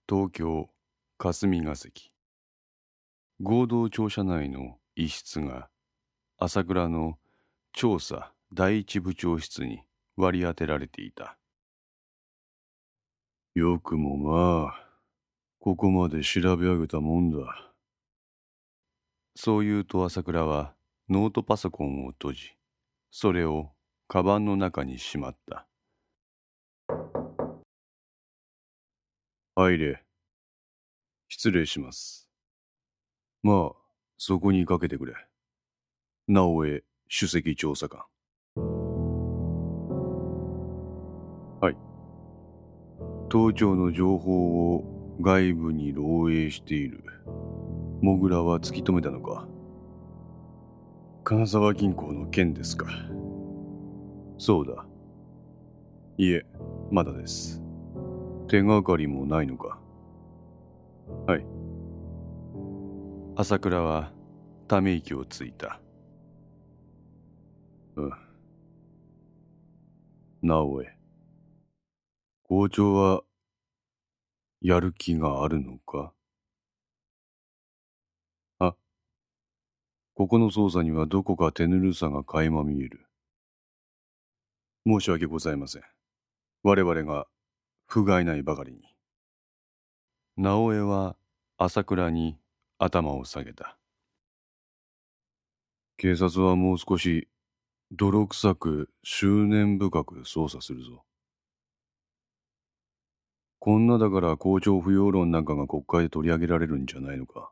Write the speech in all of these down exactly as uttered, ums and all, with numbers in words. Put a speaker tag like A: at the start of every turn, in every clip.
A: 東京霞が関合同庁舎内の一室が朝倉の調査第一部長室に割り当てられていた。
B: よくもまあここまで調べ上げたもんだ。
A: そう言うと朝倉はノートパソコンを閉じ、それをカバンの中にしまった。
B: 入れ。失礼します。まあそこにかけてくれ。直江首席調査官。はい。当庁の情報を外部に漏洩しているモグラは突き止めたのか。金沢銀行の件ですか。そうだ。いえ、まだです。手がかりもないのか。はい。
A: 朝倉はため息をついた。
B: うん。直江、校長はやる気があるのか。あ、ここの捜査にはどこか手ぬるさが垣間見える。申し訳ございません。我々が不甲斐ないばかりに。
A: 直江は朝倉に頭を下げた。
B: 警察はもう少し泥臭く執念深く捜査するぞ。こんなだから校長不要論なんかが国会で取り上げられるんじゃないのか。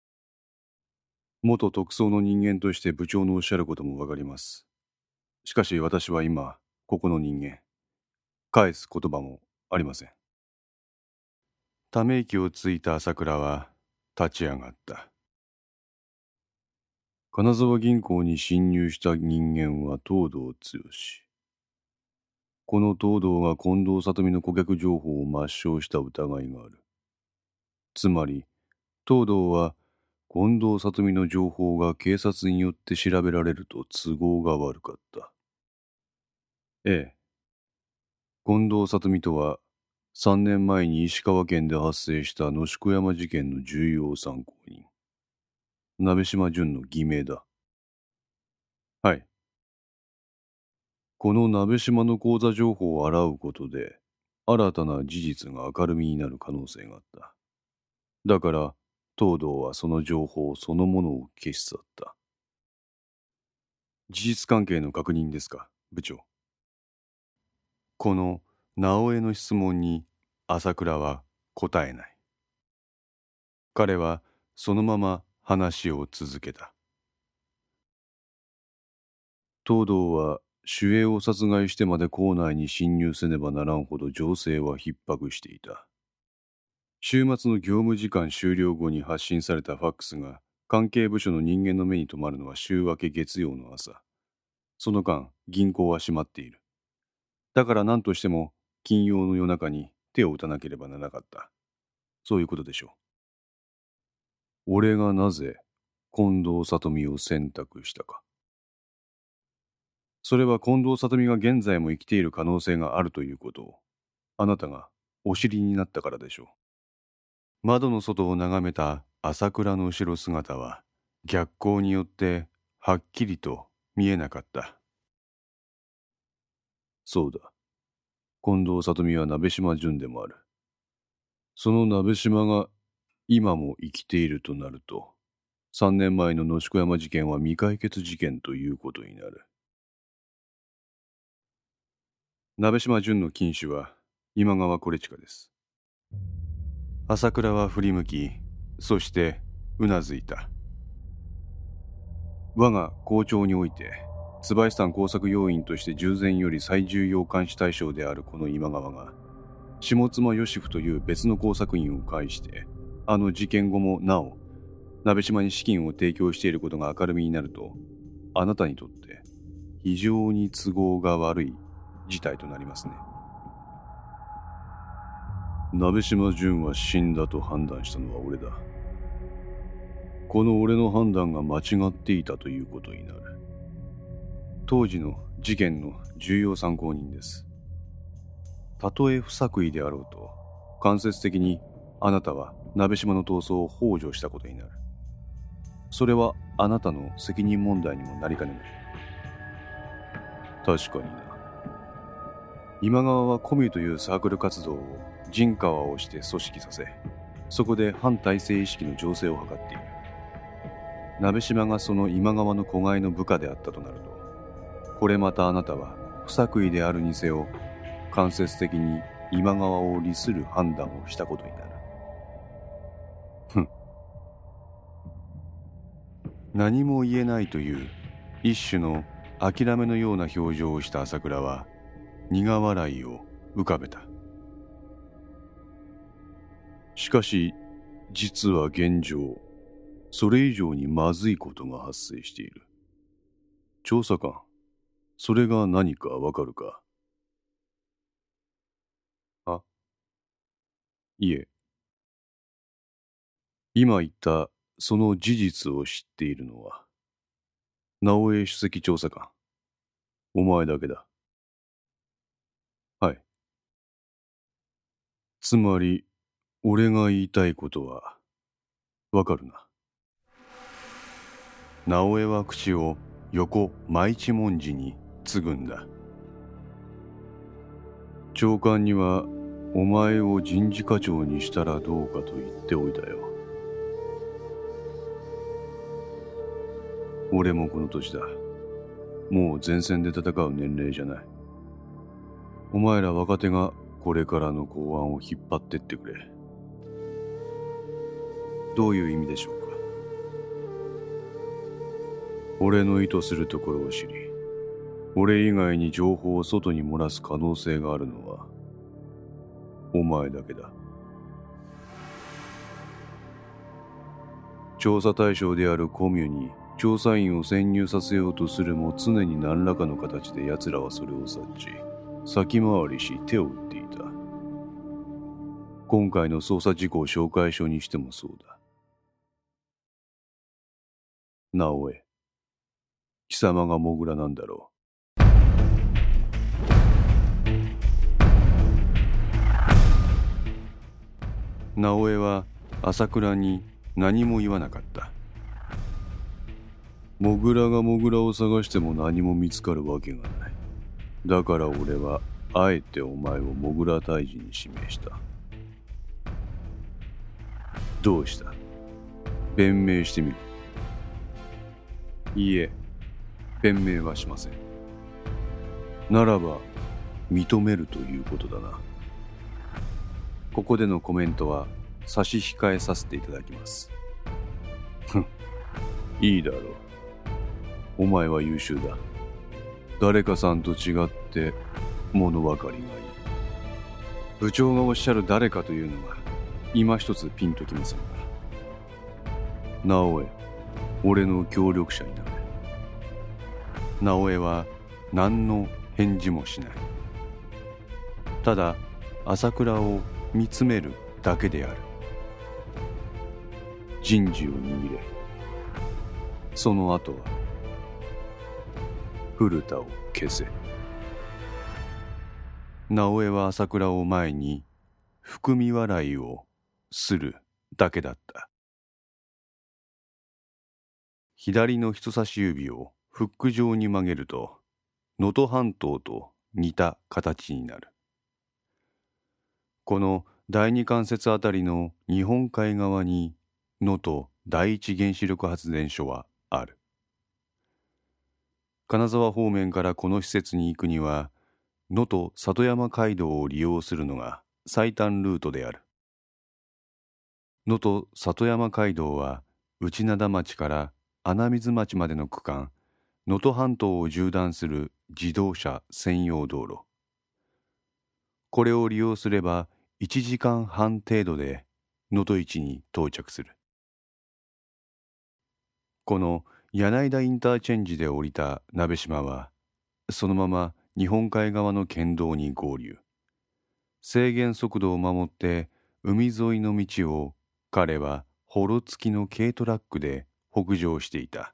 B: 元特捜の人間として部長のおっしゃることもわかります。しかし私は今ここの人間、返す言葉もありません。
A: ため息をついた朝倉は立ち上がった。
B: 金沢銀行に侵入した人間は東堂剛。この東堂が近藤里美の顧客情報を抹消した疑いがある。つまり東堂は近藤里美の情報が警察によって調べられると都合が悪かった。ええ。近藤里美とはさんねんまえに石川県で発生した野宿山事件の重要参考人、鍋島淳の偽名だ。はい。この鍋島の口座情報を洗うことで新たな事実が明るみになる可能性があった。だから東堂はその情報そのものを消し去った。事実関係の確認ですか、部長。
A: この直江の質問に朝倉は答えない。彼はそのまま話を続けた。
B: 東堂は守衛を殺害してまで校内に侵入せねばならんほど情勢は逼迫していた。週末の業務時間終了後に発信されたファックスが関係部署の人間の目に留まるのは週明け月曜の朝。その間銀行は閉まっている。だから何としても金曜の夜中に手を打たなければならなかった。そういうことでしょう。俺がなぜ近藤里美を選択したか。それは近藤里美が現在も生きている可能性があるということをあなたがお知りになったからでしょう。
A: 窓の外を眺めた朝倉の後ろ姿は逆光によってはっきりと見えなかった。
B: そうだ。近藤里美は鍋島淳でもある。その鍋島が今も生きているとなると、さんねんまえの野宿山事件は未解決事件ということになる。鍋島淳の金主は今川コレチカです。
A: 朝倉は振り向き、そしてうなずいた。
B: 我が校長において椿山工作要員として従前より最重要監視対象であるこの今川が下妻義夫という別の工作員を介してあの事件後もなお鍋島に資金を提供していることが明るみになると、あなたにとって非常に都合が悪い事態となりますね。鍋島淳は死んだと判断したのは俺だ。この俺の判断が間違っていたということになる。当時の事件の重要参考人です。たとえ不作為であろうと間接的にあなたは鍋島の逃走を幇助したことになる。それはあなたの責任問題にもなりかねない。確かにな。今川はコミュというサークル活動を陣川をして組織させ、そこで反体制意識の醸成を図っている。鍋島がその今川の子飼いの部下であったとなると、これまたあなたは不作為であるにせよ、間接的に今川を利する判断をしたことになる。ふん。何も言えないという一種の諦めのような表情をした朝倉は苦笑いを浮かべた。しかし実は現状、それ以上にまずいことが発生している。調査官、それが何かわかるか？あ、いえ。今言ったその事実を知っているのは、直江首席調査官、お前だけだ。はい。つまり、俺が言いたいことは、わかるな。直江は口を横真一文字に継ぐんだ。長官には、お前を人事課長にしたらどうかと言っておいたよ。俺もこの年だ。もう前線で戦う年齢じゃない。お前ら若手がこれからの公安を引っ張ってってくれ。どういう意味でしょうか。俺の意図するところを知り、俺以外に情報を外に漏らす可能性があるのは、お前だけだ。調査対象であるコミュに調査員を潜入させようとするも常に何らかの形で奴らはそれを察知、先回りし手を打っていた。今回の捜査事項紹介書にしてもそうだ。直江、貴様がモグラなんだろう。直江は朝倉に何も言わなかった。モグラがモグラを探しても何も見つかるわけがない。だから俺はあえてお前をモグラ退治に指名した。どうした？弁明してみる。いいえ、弁明はしません。ならば認めるということだな。ここでのコメントは差し控えさせていただきます。ふん、いいだろう。お前は優秀だ。誰かさんと違って物分かりがいい。部長がおっしゃる誰かというのが今一つピンときませんが。直江、俺の協力者になれ。直江は何の返事もしない。ただ朝倉を見つめるだけである。人事を握れ。その後は古田を消せ。直江は朝倉を前に含み笑いをするだけだった。左の人差し指をフック状に曲げると能登半島と似た形になる。この第二関節あたりの日本海側に能登第一原子力発電所はある。金沢方面からこの施設に行くには能登里山街道を利用するのが最短ルートである。能登里山街道は内灘町から穴水町までの区間、能登半島を縦断する自動車専用道路。これを利用すればいちじかんはん程度で能登市に到着する。この柳田インターチェンジで降りた鍋島はそのまま日本海側の県道に合流。制限速度を守って海沿いの道を彼はホロ付きの軽トラックで北上していた。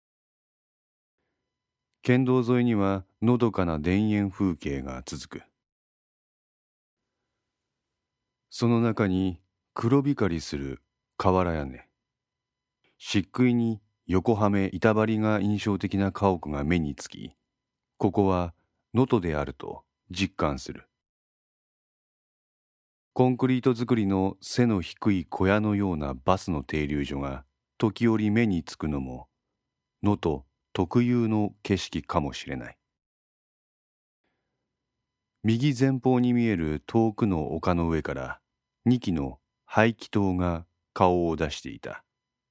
B: 県道沿いにはのどかな田園風景が続く。その中に
A: 黒光りする瓦屋根。漆喰に横はめ板張りが印象的な家屋が目につき、ここは能登であると実感する。コンクリート造りの背の低い小屋のようなバスの停留所が時折目につくのも能登特有の景色かもしれない。右前方に見える遠くの丘の上からにきの排気塔が顔を出していた。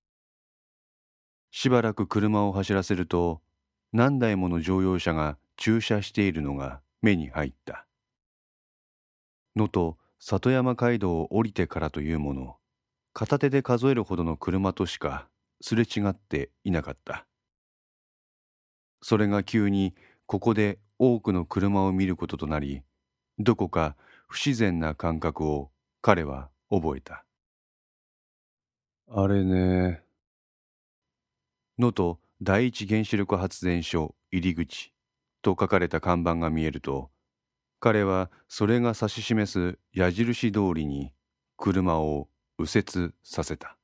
A: しばらく車を走らせると何台もの乗用車が駐車しているのが目に入った。能登里山街道を降りてからというもの、片手で数えるほどの車としかすれ違っていなかった。それが急にここで多くの車を見ることとなり、どこか不自然な感覚を彼は覚えた。
B: あれね。
A: 能登第一原子力発電所入り口と書かれた看板が見えると、彼はそれが指し示す矢印通りに車を右折させた。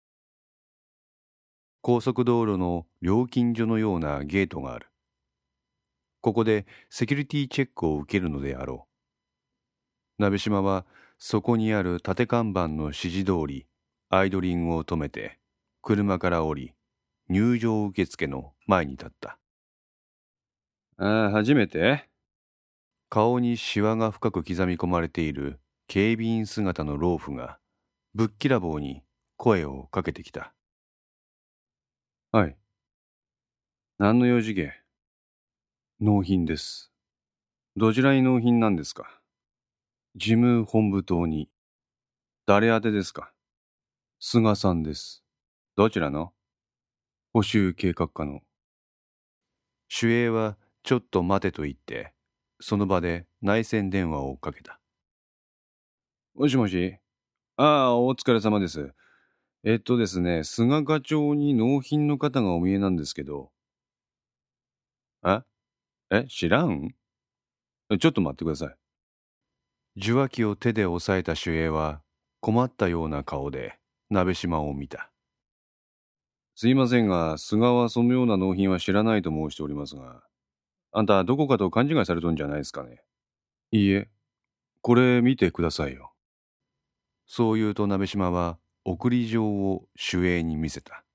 A: 高速道路の料金所のようなゲートがある。ここでセキュリティチェックを受けるのであろう。鍋島はそこにある縦看板の指示通りアイドリングを止めて車から降り、入場受付の前に立った。
B: ああ、初めて？
A: 顔にシワが深く刻み込まれている警備員姿の老婦がぶっきらぼうに声をかけてきた。
B: はい。何の用事け？
A: 納品です。
B: どちらに納品なんですか？
A: 事務本部棟に。
B: 誰宛てですか？
A: 菅さんです。
B: どちらの？
A: 補修計画課の。守衛はちょっと待てと言って、その場で内線電話をかけた。
B: もしもし。ああ、お疲れ様です。えっとですね、菅課長に納品の方がお見えなんですけど。ええ、知らん？ちょっと待ってください。
A: 受話器を手で押さえた守衛は困ったような顔で鍋島を見た。
B: すいませんが、菅はそのような納品は知らないと申しておりますが、あんたどこかと勘違いされとんじゃないですかね。
A: いいえ、これ見てくださいよ。そう言うと鍋島は送り状を守衛に見せた。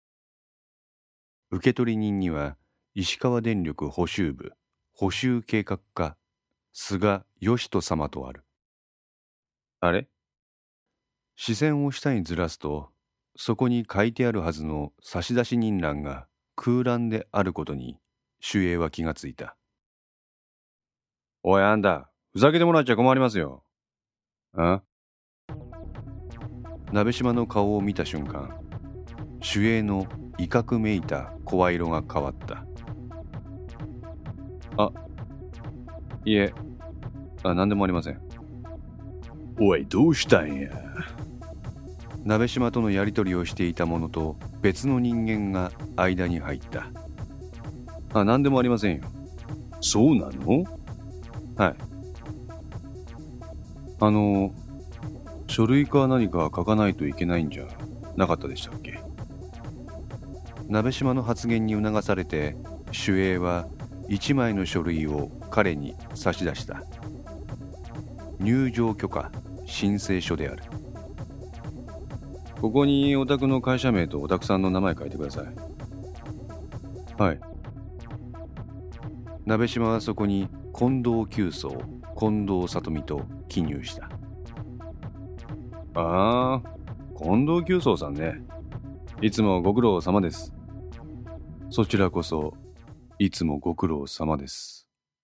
A: 受取人には石川電力補修部補修計画課菅義人様とある。
B: あれ？
A: 視線を下にずらすと、そこに書いてあるはずの差出人欄が空欄であることに守衛は気がついた。
B: おいあんた、ふざけてもらっちゃ困りますよ。あ？
A: 鍋島の顔を見た瞬間、守衛の威嚇めいた声色が変わった。
B: あ、いえ、あ、何でもありません。
C: おい、どうしたんや。
A: 鍋島とのやり取りをしていた者と別の人間が間に入った。
B: あ、何でもありませんよ。
C: そうなの？
B: はい。あの、書類か何か書かないといけないんじゃなかったでしたっけ？
A: 鍋島の発言に促されて、守衛は一枚の書類を彼に差し出した。入場許可申請書である。
B: ここにお宅の会社名とお宅さんの名前書いてください。はい。
A: 鍋島はそこに近藤久曹、近藤里美と記入した。
B: ああ、近藤久曹さんね。いつもご苦労様です。
A: そちらこそいつもご苦労様です。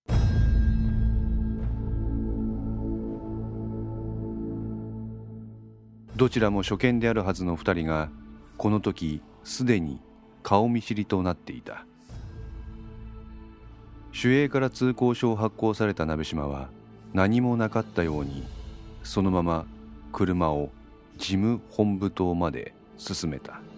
A: どちらも初見であるはずの二人がこの時すでに顔見知りとなっていた。守衛から通行証を発行された鍋島は何もなかったようにそのまま車を事務本部棟まで進めた。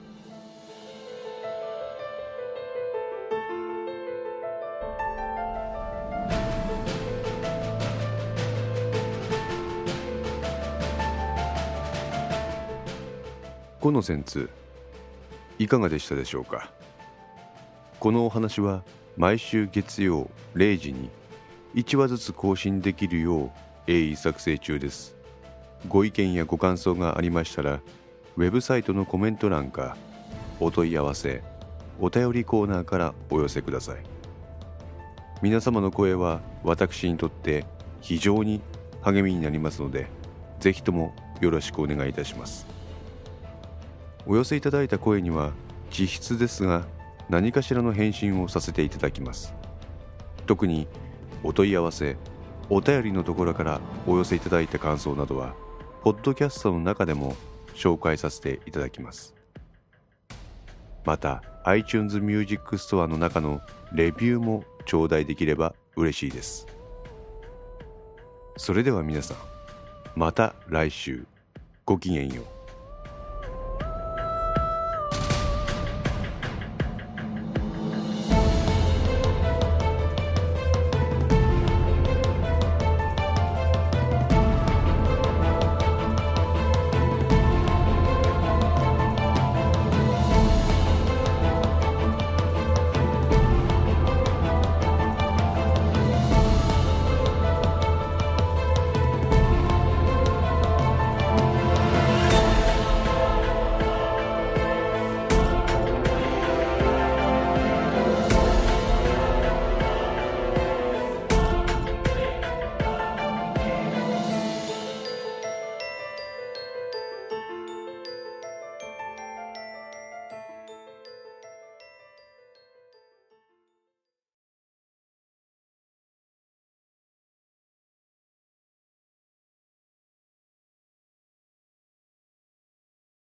A: この線通いかがでしたでしょうか。このお話は毎週月曜れいじにいちわずつ更新できるよう鋭意作成中です。ご意見やご感想がありましたらウェブサイトのコメント欄かお問い合わせお便りコーナーからお寄せください。皆様の声は私にとって非常に励みになりますので、ぜひともよろしくお願いいたします。お寄せいただいた声には実質ですが何かしらの返信をさせていただきます。特にお問い合わせお便りのところからお寄せいただいた感想などはポッドキャストの中でも紹介させていただきます。また iTunes Music Store の中のレビューも頂戴できれば嬉しいです。それでは皆さん、また来週ごきげんよう。